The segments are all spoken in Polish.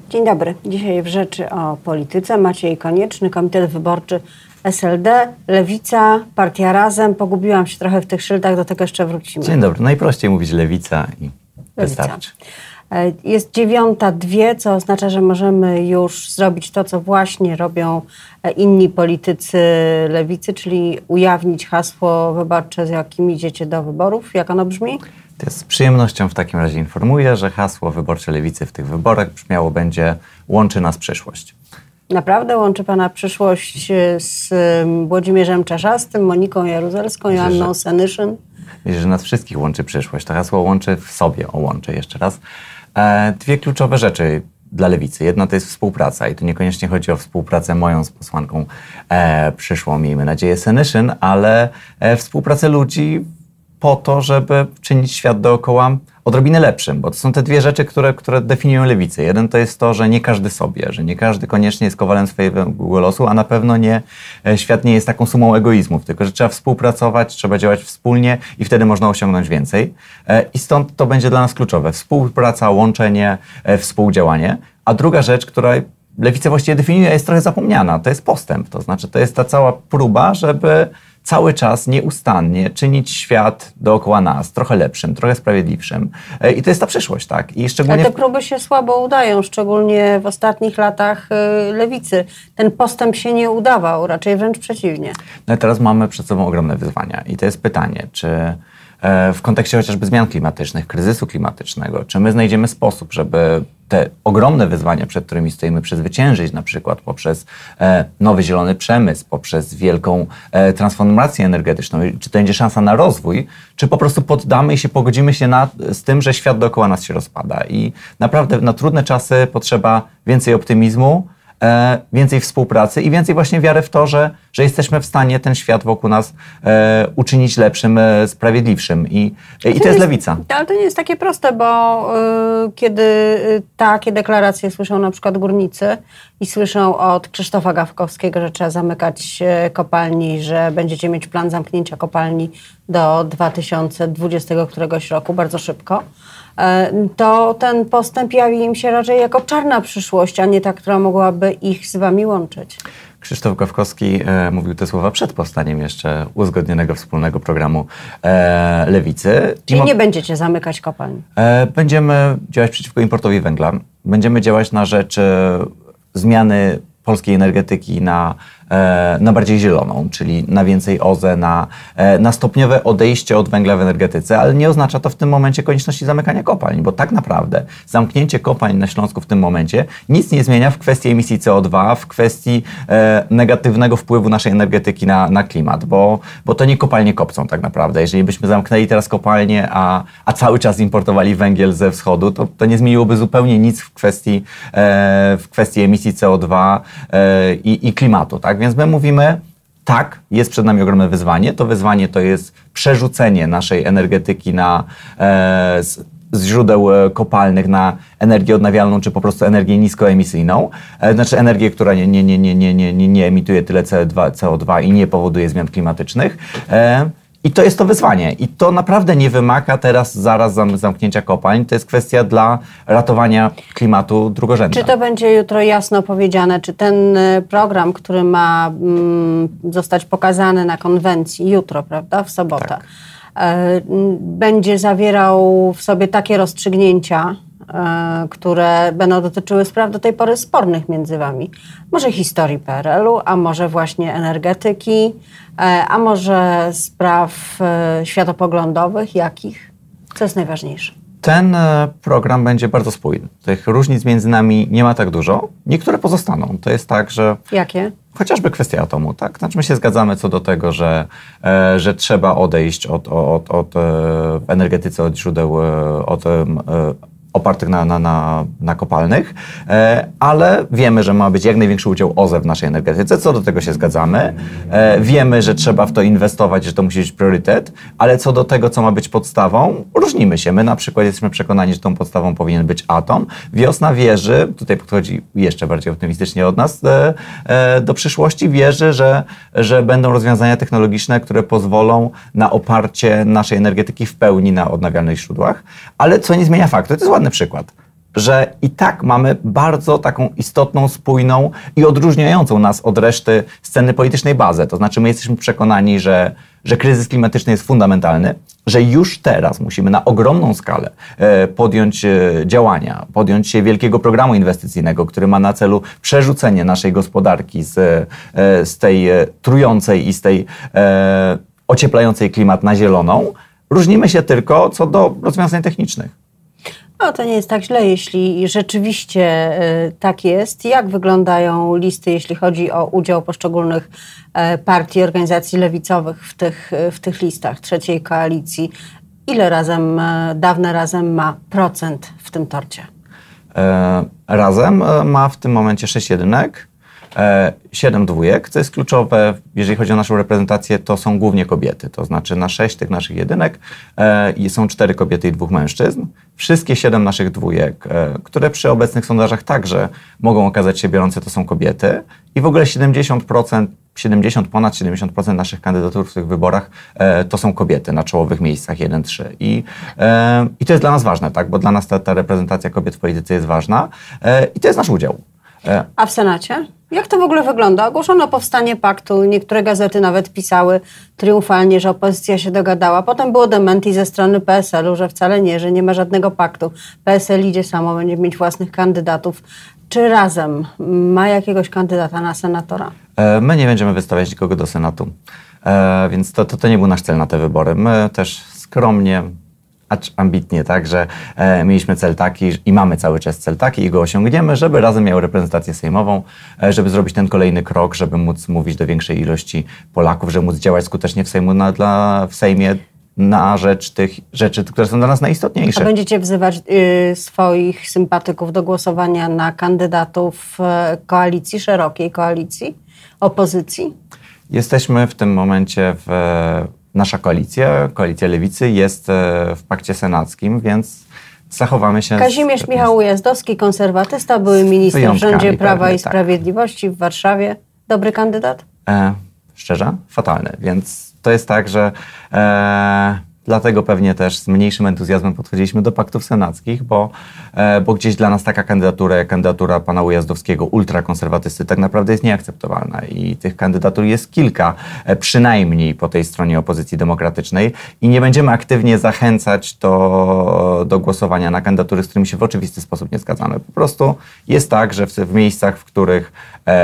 Dzień dobry. Dzisiaj w Rzeczy o Polityce. Maciej Konieczny, Komitet Wyborczy SLD, Lewica, Partia Razem. Pogubiłam się trochę w tych szyldach, do tego jeszcze wrócimy. Dzień dobry. Najprościej mówić Lewica i wystarczy. Jest 9:02, co oznacza, że możemy już zrobić to, co właśnie robią inni politycy Lewicy, czyli ujawnić hasło wyborcze, z jakim idziecie do wyborów. Jak ono brzmi? To z przyjemnością w takim razie informuję, że hasło wyborcze Lewicy w tych wyborach brzmiało będzie: łączy nas przyszłość. Naprawdę łączy pana przyszłość z Włodzimierzem Czarzastym, Moniką Jaruzelską, Joanną Senyszyn? Myślę, że nas wszystkich łączy przyszłość. To hasło łączy w sobie, łączy jeszcze raz. Dwie kluczowe rzeczy dla Lewicy. Jedna to jest współpraca i tu niekoniecznie chodzi o współpracę moją z posłanką przyszłą, miejmy nadzieję, Senyszyn, ale współpracę ludzi po to, żeby czynić świat dookoła odrobinę lepszym, bo to są te dwie rzeczy, które definiują Lewicę. Jeden to jest to, że nie każdy sobie, że nie każdy koniecznie jest kowalem swojego losu, a na pewno świat nie jest taką sumą egoizmów, tylko że trzeba współpracować, trzeba działać wspólnie i wtedy można osiągnąć więcej. I stąd to będzie dla nas kluczowe. Współpraca, łączenie, współdziałanie. A druga rzecz, która Lewicę właściwie definiuje, jest trochę zapomniana, to jest postęp. To znaczy, to jest ta cała próba, żeby cały czas nieustannie czynić świat dookoła nas trochę lepszym, trochę sprawiedliwszym. I to jest ta przyszłość, tak? I szczególnie... Ale te próby się słabo udają, szczególnie w ostatnich latach Lewicy. Ten postęp się nie udawał, raczej wręcz przeciwnie. No i teraz mamy przed sobą ogromne wyzwania. I to jest pytanie, czy w kontekście chociażby zmian klimatycznych, kryzysu klimatycznego, czy my znajdziemy sposób, żeby te ogromne wyzwania, przed którymi stoimy, przezwyciężyć, na przykład poprzez nowy zielony przemysł, poprzez wielką transformację energetyczną, czy to będzie szansa na rozwój, czy po prostu poddamy i się pogodzimy się z tym, że świat dookoła nas się rozpada. I naprawdę na trudne czasy potrzeba więcej optymizmu, więcej współpracy i więcej właśnie wiary w to, że jesteśmy w stanie ten świat wokół nas uczynić lepszym, sprawiedliwszym. I to jest Lewica. Ale to nie jest takie proste, bo kiedy takie deklaracje słyszą na przykład górnicy i słyszą od Krzysztofa Gawkowskiego, że trzeba zamykać kopalni, że będziecie mieć plan zamknięcia kopalni do 2020 któregoś roku, bardzo szybko, to ten postęp jawi im się raczej jako czarna przyszłość, a nie ta, która mogłaby ich z wami łączyć. Krzysztof Gawkowski mówił te słowa przed powstaniem jeszcze uzgodnionego wspólnego programu Lewicy. Czyli nie będziecie zamykać kopalń? Będziemy działać przeciwko importowi węgla. Będziemy działać na rzecz zmiany polskiej energetyki na bardziej zieloną, czyli na więcej OZE, na stopniowe odejście od węgla w energetyce, ale nie oznacza to w tym momencie konieczności zamykania kopalń, bo tak naprawdę zamknięcie kopalń na Śląsku w tym momencie nic nie zmienia w kwestii emisji CO2, w kwestii negatywnego wpływu naszej energetyki na klimat, bo to nie kopalnie kopcą tak naprawdę. Jeżeli byśmy zamknęli teraz kopalnie, a cały czas importowali węgiel ze wschodu, to nie zmieniłoby zupełnie nic w kwestii emisji CO2 i klimatu, tak? Więc my mówimy, tak, jest przed nami ogromne wyzwanie. To wyzwanie to jest przerzucenie naszej energetyki z źródeł kopalnych na energię odnawialną, czy po prostu energię niskoemisyjną. Znaczy energię, która nie emituje tyle CO2 i nie powoduje zmian klimatycznych. I to jest to wyzwanie. I to naprawdę nie wymaga zaraz zamknięcia kopalń. To jest kwestia dla ratowania klimatu drugorzędna. Czy to będzie jutro jasno powiedziane? Czy ten program, który ma zostać pokazany na konwencji jutro, prawda, w sobotę, tak, będzie zawierał w sobie takie rozstrzygnięcia, które będą dotyczyły spraw do tej pory spornych między wami? Może historii PRL-u, a może właśnie energetyki, a może spraw światopoglądowych, jakich? Co jest najważniejsze? Ten program będzie bardzo spójny. Tych różnic między nami nie ma tak dużo. Niektóre pozostaną. To jest tak, że... Jakie? Chociażby kwestia atomu, tak? Znaczy my się zgadzamy co do tego, że trzeba odejść w energetyce od źródeł, opartych na kopalnych, ale wiemy, że ma być jak największy udział OZE w naszej energetyce, co do tego się zgadzamy. Wiemy, że trzeba w to inwestować, że to musi być priorytet, ale co do tego, co ma być podstawą, różnimy się. My na przykład jesteśmy przekonani, że tą podstawą powinien być atom. Wiosna wierzy, tutaj podchodzi jeszcze bardziej optymistycznie od nas, do przyszłości, wierzy, że będą rozwiązania technologiczne, które pozwolą na oparcie naszej energetyki w pełni na odnawialnych źródłach, ale co nie zmienia faktu. To jest ładny przykład. że i tak mamy bardzo taką istotną, spójną i odróżniającą nas od reszty sceny politycznej bazę. To znaczy my jesteśmy przekonani, że kryzys klimatyczny jest fundamentalny, że już teraz musimy na ogromną skalę podjąć działania, podjąć się wielkiego programu inwestycyjnego, który ma na celu przerzucenie naszej gospodarki z tej trującej i z tej ocieplającej klimat na zieloną. Różnimy się tylko co do rozwiązań technicznych. No, to nie jest tak źle, jeśli rzeczywiście tak jest. Jak wyglądają listy, jeśli chodzi o udział poszczególnych partii, organizacji lewicowych w tych listach trzeciej koalicji? Ile dawne Razem ma procent w tym torcie? Razem ma w tym momencie 6 jedynek. 7 dwójek, co jest kluczowe, jeżeli chodzi o naszą reprezentację, to są głównie kobiety. To znaczy na 6 tych naszych jedynek są 4 kobiety i 2 mężczyzn. Wszystkie 7 naszych dwójek, które przy obecnych sondażach także mogą okazać się biorące, to są kobiety. I w ogóle ponad 70% naszych kandydatur w tych wyborach to są kobiety na czołowych miejscach 1-3. I to jest dla nas ważne, tak? Bo dla nas ta reprezentacja kobiet w polityce jest ważna i to jest nasz udział. A w Senacie? Jak to w ogóle wygląda? Ogłoszono powstanie paktu, niektóre gazety nawet pisały triumfalnie, że opozycja się dogadała. Potem było dementi ze strony PSL-u, że wcale nie, że nie ma żadnego paktu. PSL idzie samo, będzie mieć własnych kandydatów. Czy Razem ma jakiegoś kandydata na senatora? My nie będziemy wystawiać nikogo do Senatu, więc to nie był nasz cel na te wybory. My też skromnie, acz ambitnie, tak, że mieliśmy cel taki i mamy cały czas cel taki i go osiągniemy, żeby Razem miał reprezentację sejmową, żeby zrobić ten kolejny krok, żeby móc mówić do większej ilości Polaków, żeby móc działać skutecznie w Sejmie na rzecz tych rzeczy, które są dla nas najistotniejsze. A będziecie wzywać swoich sympatyków do głosowania na kandydatów koalicji, szerokiej koalicji, opozycji? Jesteśmy w tym momencie nasza koalicja Lewicy jest w pakcie senackim, więc zachowamy się... Kazimierz Michał Ujazdowski, konserwatysta, były minister w rządzie Prawa i Sprawiedliwości w Warszawie. Dobry kandydat? Szczerze? Fatalny. Więc to jest tak, że dlatego pewnie też z mniejszym entuzjazmem podchodziliśmy do paktów senackich, bo gdzieś dla nas taka kandydatura pana Ujazdowskiego, ultrakonserwatysty, tak naprawdę jest nieakceptowalna i tych kandydatur jest kilka, przynajmniej po tej stronie opozycji demokratycznej i nie będziemy aktywnie zachęcać do głosowania na kandydatury, z którymi się w oczywisty sposób nie zgadzamy. Po prostu jest tak, że w miejscach, w których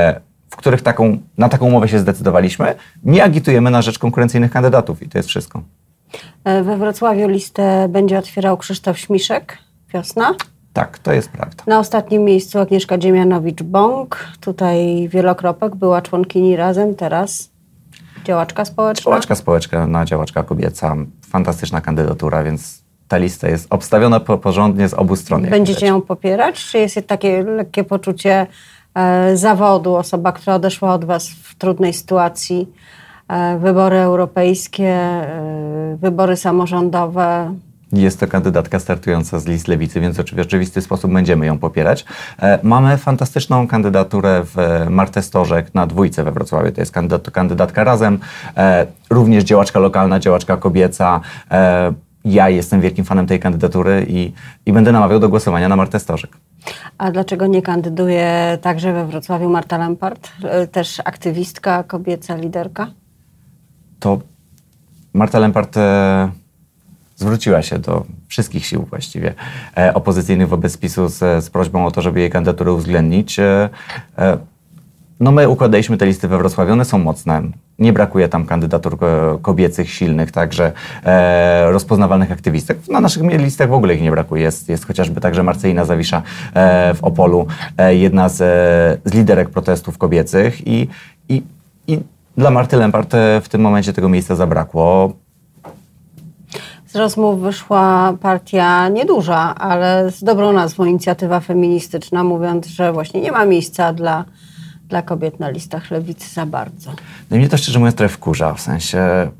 na taką umowę się zdecydowaliśmy, nie agitujemy na rzecz konkurencyjnych kandydatów i to jest wszystko. We Wrocławiu listę będzie otwierał Krzysztof Śmiszek. Wiosna? Tak, to jest prawda. Na ostatnim miejscu Agnieszka Dziemianowicz-Bąk. Tutaj wielokropek, była członkini Razem, teraz działaczka społeczna. Działaczka społeczna, działaczka kobieca. Fantastyczna kandydatura, więc ta lista jest obstawiona porządnie z obu stron. Będziecie ją popierać? Czy jest takie lekkie poczucie zawodu? Osoba, która odeszła od was w trudnej sytuacji, wybory europejskie, wybory samorządowe. Jest to kandydatka startująca z list Lewicy, więc w oczywisty sposób będziemy ją popierać. Mamy fantastyczną kandydaturę w Martę Stożek na dwójce we Wrocławiu. To jest kandydatka Razem, również działaczka lokalna, działaczka kobieca. Ja jestem wielkim fanem tej kandydatury i będę namawiał do głosowania na Martę Stożek. A dlaczego nie kandyduje także we Wrocławiu Marta Lempart? Też aktywistka, kobieca liderka? To Marta Lempart zwróciła się do wszystkich sił właściwie opozycyjnych wobec PiS-u z prośbą o to, żeby jej kandydaturę uwzględnić. No my układaliśmy te listy we Wrocławiu, one są mocne. Nie brakuje tam kandydatur kobiecych, silnych, także rozpoznawalnych aktywistek. Na naszych listach w ogóle ich nie brakuje. Jest chociażby także Marcelina Zawisza w Opolu, jedna z liderek protestów kobiecych i dla Marty Lempart w tym momencie tego miejsca zabrakło. Z rozmów wyszła partia nieduża, ale z dobrą nazwą, Inicjatywa Feministyczna, mówiąc, że właśnie nie ma miejsca dla kobiet na listach Lewicy za bardzo. No i mnie to szczerze mówiąc trochę wkurza, w sensie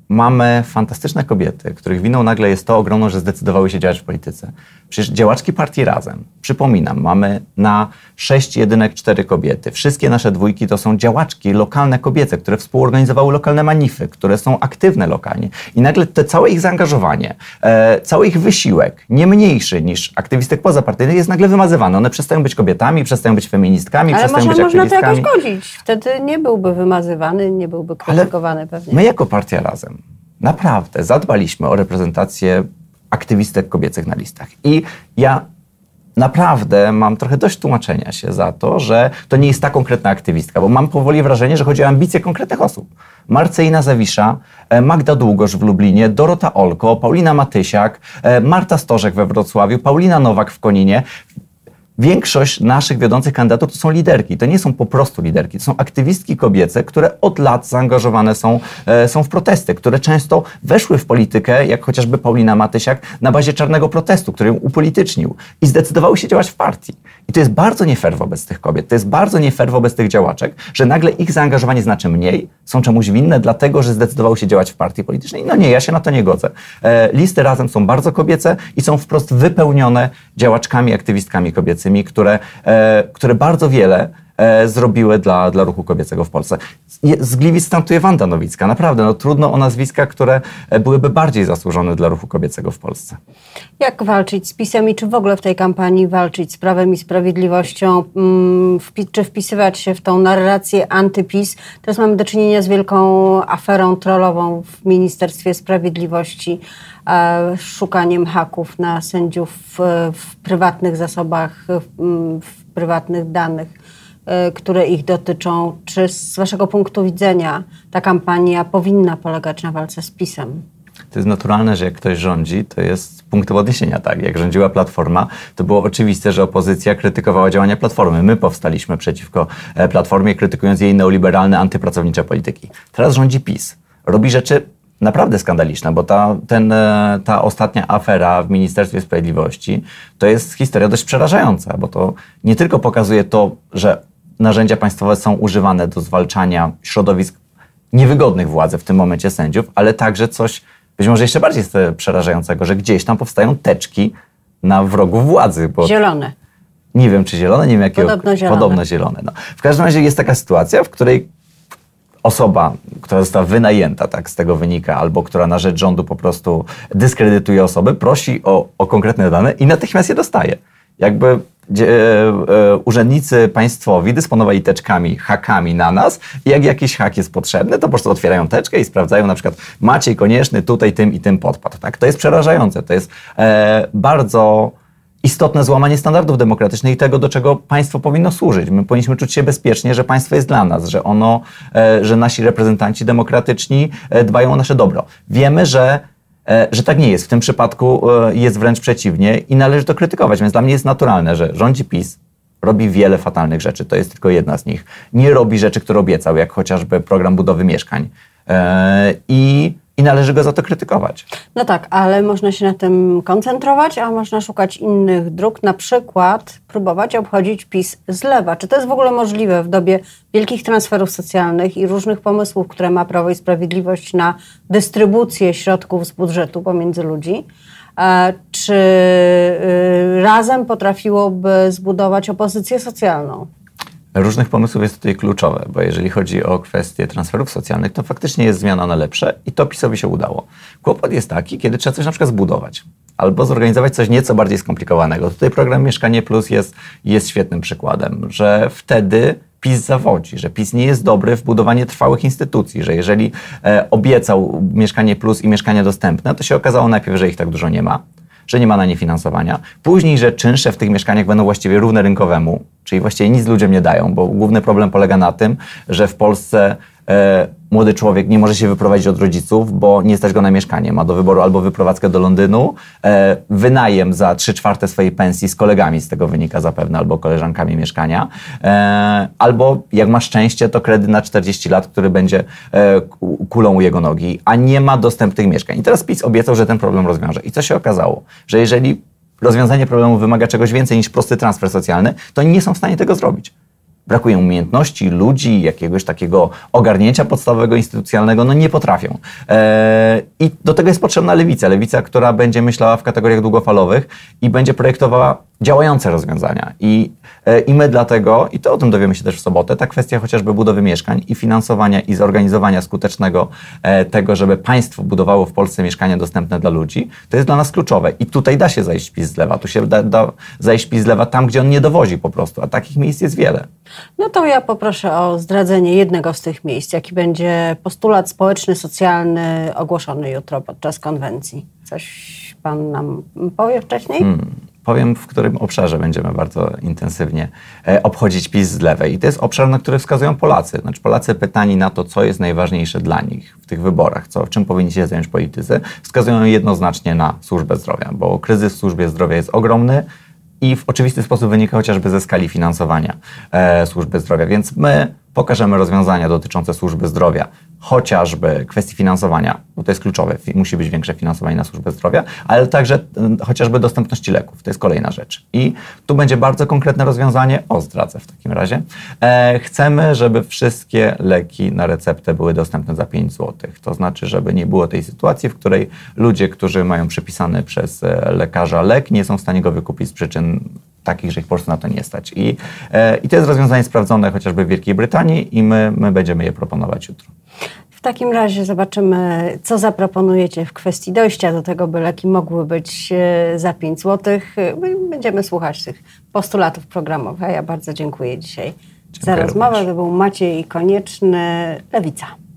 mamy fantastyczne kobiety, których winą nagle jest to ogromne, że zdecydowały się działać w polityce. Przecież działaczki partii Razem, przypominam, mamy na 6 jedynek 4 kobiety. Wszystkie nasze dwójki to są działaczki lokalne kobiece, które współorganizowały lokalne manify, które są aktywne lokalnie. I nagle to całe ich zaangażowanie, cały ich wysiłek, nie mniejszy niż aktywistek pozapartyjnych, jest nagle wymazywane. One przestają być kobietami, przestają być feministkami, przestają być aktywistkami. Ale można to jakoś godzić. Wtedy nie byłby wymazywany, nie byłby krytykowany pewnie. My jako partia Razem naprawdę zadbaliśmy o reprezentację aktywistek kobiecych na listach. I ja naprawdę mam trochę dość tłumaczenia się za to, że to nie jest ta konkretna aktywistka, bo mam powoli wrażenie, że chodzi o ambicje konkretnych osób. Marcelina Zawisza, Magda Długosz w Lublinie, Dorota Olko, Paulina Matysiak, Marta Stożek we Wrocławiu, Paulina Nowak w Koninie. Większość naszych wiodących kandydatów to są liderki. To nie są po prostu liderki. To są aktywistki kobiece, które od lat zaangażowane są w protesty, które często weszły w politykę, jak chociażby Paulina Matysiak, na bazie czarnego protestu, który ją upolitycznił i zdecydowały się działać w partii. I to jest bardzo nie fair wobec tych kobiet. To jest bardzo nie fair wobec tych działaczek, że nagle ich zaangażowanie znaczy mniej, są czemuś winne, dlatego że zdecydowały się działać w partii politycznej. No nie, ja się na to nie godzę. Listy Razem są bardzo kobiece i są wprost wypełnione działaczkami, aktywistkami kobiecymi, które bardzo wiele zrobiły dla ruchu kobiecego w Polsce. Z Gliwic startuje Wanda Nowicka. Naprawdę, no trudno o nazwiska, które byłyby bardziej zasłużone dla ruchu kobiecego w Polsce. Jak walczyć z PiS-em i czy w ogóle w tej kampanii walczyć z Prawem i Sprawiedliwością? Czy wpisywać się w tą narrację anty-PiS? Teraz mamy do czynienia z wielką aferą trollową w Ministerstwie Sprawiedliwości, szukaniem haków na sędziów w prywatnych zasobach, w prywatnych danych, które ich dotyczą. Czy z waszego punktu widzenia ta kampania powinna polegać na walce z PiS-em? To jest naturalne, że jak ktoś rządzi, to jest punktem odniesienia, tak? Jak rządziła Platforma, to było oczywiste, że opozycja krytykowała działania Platformy. My powstaliśmy przeciwko Platformie, krytykując jej neoliberalne, antypracownicze polityki. Teraz rządzi PiS. Robi rzeczy naprawdę skandaliczne, bo ta ostatnia afera w Ministerstwie Sprawiedliwości to jest historia dość przerażająca, bo to nie tylko pokazuje to, że narzędzia państwowe są używane do zwalczania środowisk niewygodnych władzy, w tym momencie sędziów, ale także coś być może jeszcze bardziej przerażającego, że gdzieś tam powstają teczki na wrogów władzy. Bo zielone. Nie wiem, czy zielone, nie wiem jakiego. Podobno zielone. No. W każdym razie jest taka sytuacja, w której osoba, która została wynajęta, tak z tego wynika, albo która na rzecz rządu po prostu dyskredytuje osoby, prosi o konkretne dane i natychmiast je dostaje. Jakby urzędnicy państwowi dysponowali teczkami, hakami na nas i jak jakiś hak jest potrzebny, to po prostu otwierają teczkę i sprawdzają na przykład Maciej Konieczny tutaj tym i tym podpadł. Tak? To jest przerażające. To jest bardzo istotne złamanie standardów demokratycznych i tego, do czego państwo powinno służyć. My powinniśmy czuć się bezpiecznie, że państwo jest dla nas, że nasi reprezentanci demokratyczni dbają o nasze dobro. Wiemy, że tak nie jest. W tym przypadku jest wręcz przeciwnie i należy to krytykować. Więc dla mnie jest naturalne, że rządzi PiS, robi wiele fatalnych rzeczy. To jest tylko jedna z nich. Nie robi rzeczy, które obiecał, jak chociażby program budowy mieszkań. I należy go za to krytykować. No tak, ale można się na tym koncentrować, a można szukać innych dróg, na przykład próbować obchodzić PiS z lewa. Czy to jest w ogóle możliwe w dobie wielkich transferów socjalnych i różnych pomysłów, które ma Prawo i Sprawiedliwość na dystrybucję środków z budżetu pomiędzy ludzi? Czy Razem potrafiłoby zbudować opozycję socjalną? Różnych pomysłów jest tutaj kluczowe, bo jeżeli chodzi o kwestie transferów socjalnych, to faktycznie jest zmiana na lepsze i to PiS-owi się udało. Kłopot jest taki, kiedy trzeba coś na przykład zbudować albo zorganizować coś nieco bardziej skomplikowanego. Tutaj program Mieszkanie Plus jest świetnym przykładem, że wtedy PiS zawodzi, że PiS nie jest dobry w budowaniu trwałych instytucji, że jeżeli obiecał Mieszkanie Plus i mieszkania dostępne, to się okazało najpierw, że ich tak dużo nie ma, że nie ma na nie finansowania. Później, że czynsze w tych mieszkaniach będą właściwie równe rynkowemu, czyli właściwie nic ludziom nie dają, bo główny problem polega na tym, że w Polsce młody człowiek nie może się wyprowadzić od rodziców, bo nie stać go na mieszkanie. Ma do wyboru albo wyprowadzkę do Londynu, wynajem za 3/4 swojej pensji z kolegami, z tego wynika zapewne, albo koleżankami mieszkania, albo jak ma szczęście, to kredyt na 40 lat, który będzie kulą u jego nogi, a nie ma dostępnych mieszkań. I teraz PiS obiecał, że ten problem rozwiąże. I co się okazało? Że jeżeli rozwiązanie problemu wymaga czegoś więcej niż prosty transfer socjalny, to oni nie są w stanie tego zrobić. brakuje umiejętności, ludzi, jakiegoś takiego ogarnięcia podstawowego, instytucjonalnego, no nie potrafią. I do tego jest potrzebna lewica, która będzie myślała w kategoriach długofalowych i będzie projektowała działające rozwiązania. I my dlatego, i to o tym dowiemy się też w sobotę, ta kwestia chociażby budowy mieszkań i finansowania i zorganizowania skutecznego tego, żeby państwo budowało w Polsce mieszkania dostępne dla ludzi, to jest dla nas kluczowe. I tutaj da się zajść PiS z lewa. Tu się da zajść PiS z lewa tam, gdzie on nie dowozi po prostu, a takich miejsc jest wiele. No to ja poproszę o zdradzenie jednego z tych miejsc. Jaki będzie postulat społeczny, socjalny ogłoszony jutro podczas konwencji? Coś pan nam powie wcześniej? Powiem, w którym obszarze będziemy bardzo intensywnie obchodzić PiS z lewej. I to jest obszar, na który wskazują Polacy. Znaczy Polacy pytani na to, co jest najważniejsze dla nich w tych wyborach, czym powinni się zająć politycy, wskazują jednoznacznie na służbę zdrowia, bo kryzys w służbie zdrowia jest ogromny i w oczywisty sposób wynika chociażby ze skali finansowania służby zdrowia. Więc my pokażemy rozwiązania dotyczące służby zdrowia, chociażby kwestii finansowania, bo to jest kluczowe, musi być większe finansowanie na służbę zdrowia, ale także chociażby dostępności leków, to jest kolejna rzecz. I tu będzie bardzo konkretne rozwiązanie, zdradzę w takim razie. Chcemy, żeby wszystkie leki na receptę były dostępne za 5 zł. To znaczy, żeby nie było tej sytuacji, w której ludzie, którzy mają przypisany przez lekarza lek, nie są w stanie go wykupić z przyczyn takich, że ich po prostu na to nie stać. I to jest rozwiązanie sprawdzone chociażby w Wielkiej Brytanii i my będziemy je proponować jutro. W takim razie zobaczymy, co zaproponujecie w kwestii dojścia do tego, by leki mogły być za 5 zł. Będziemy słuchać tych postulatów programowych. A ja bardzo dziękuję dzisiaj za rozmowę. To był Maciej Konieczny, Lewica.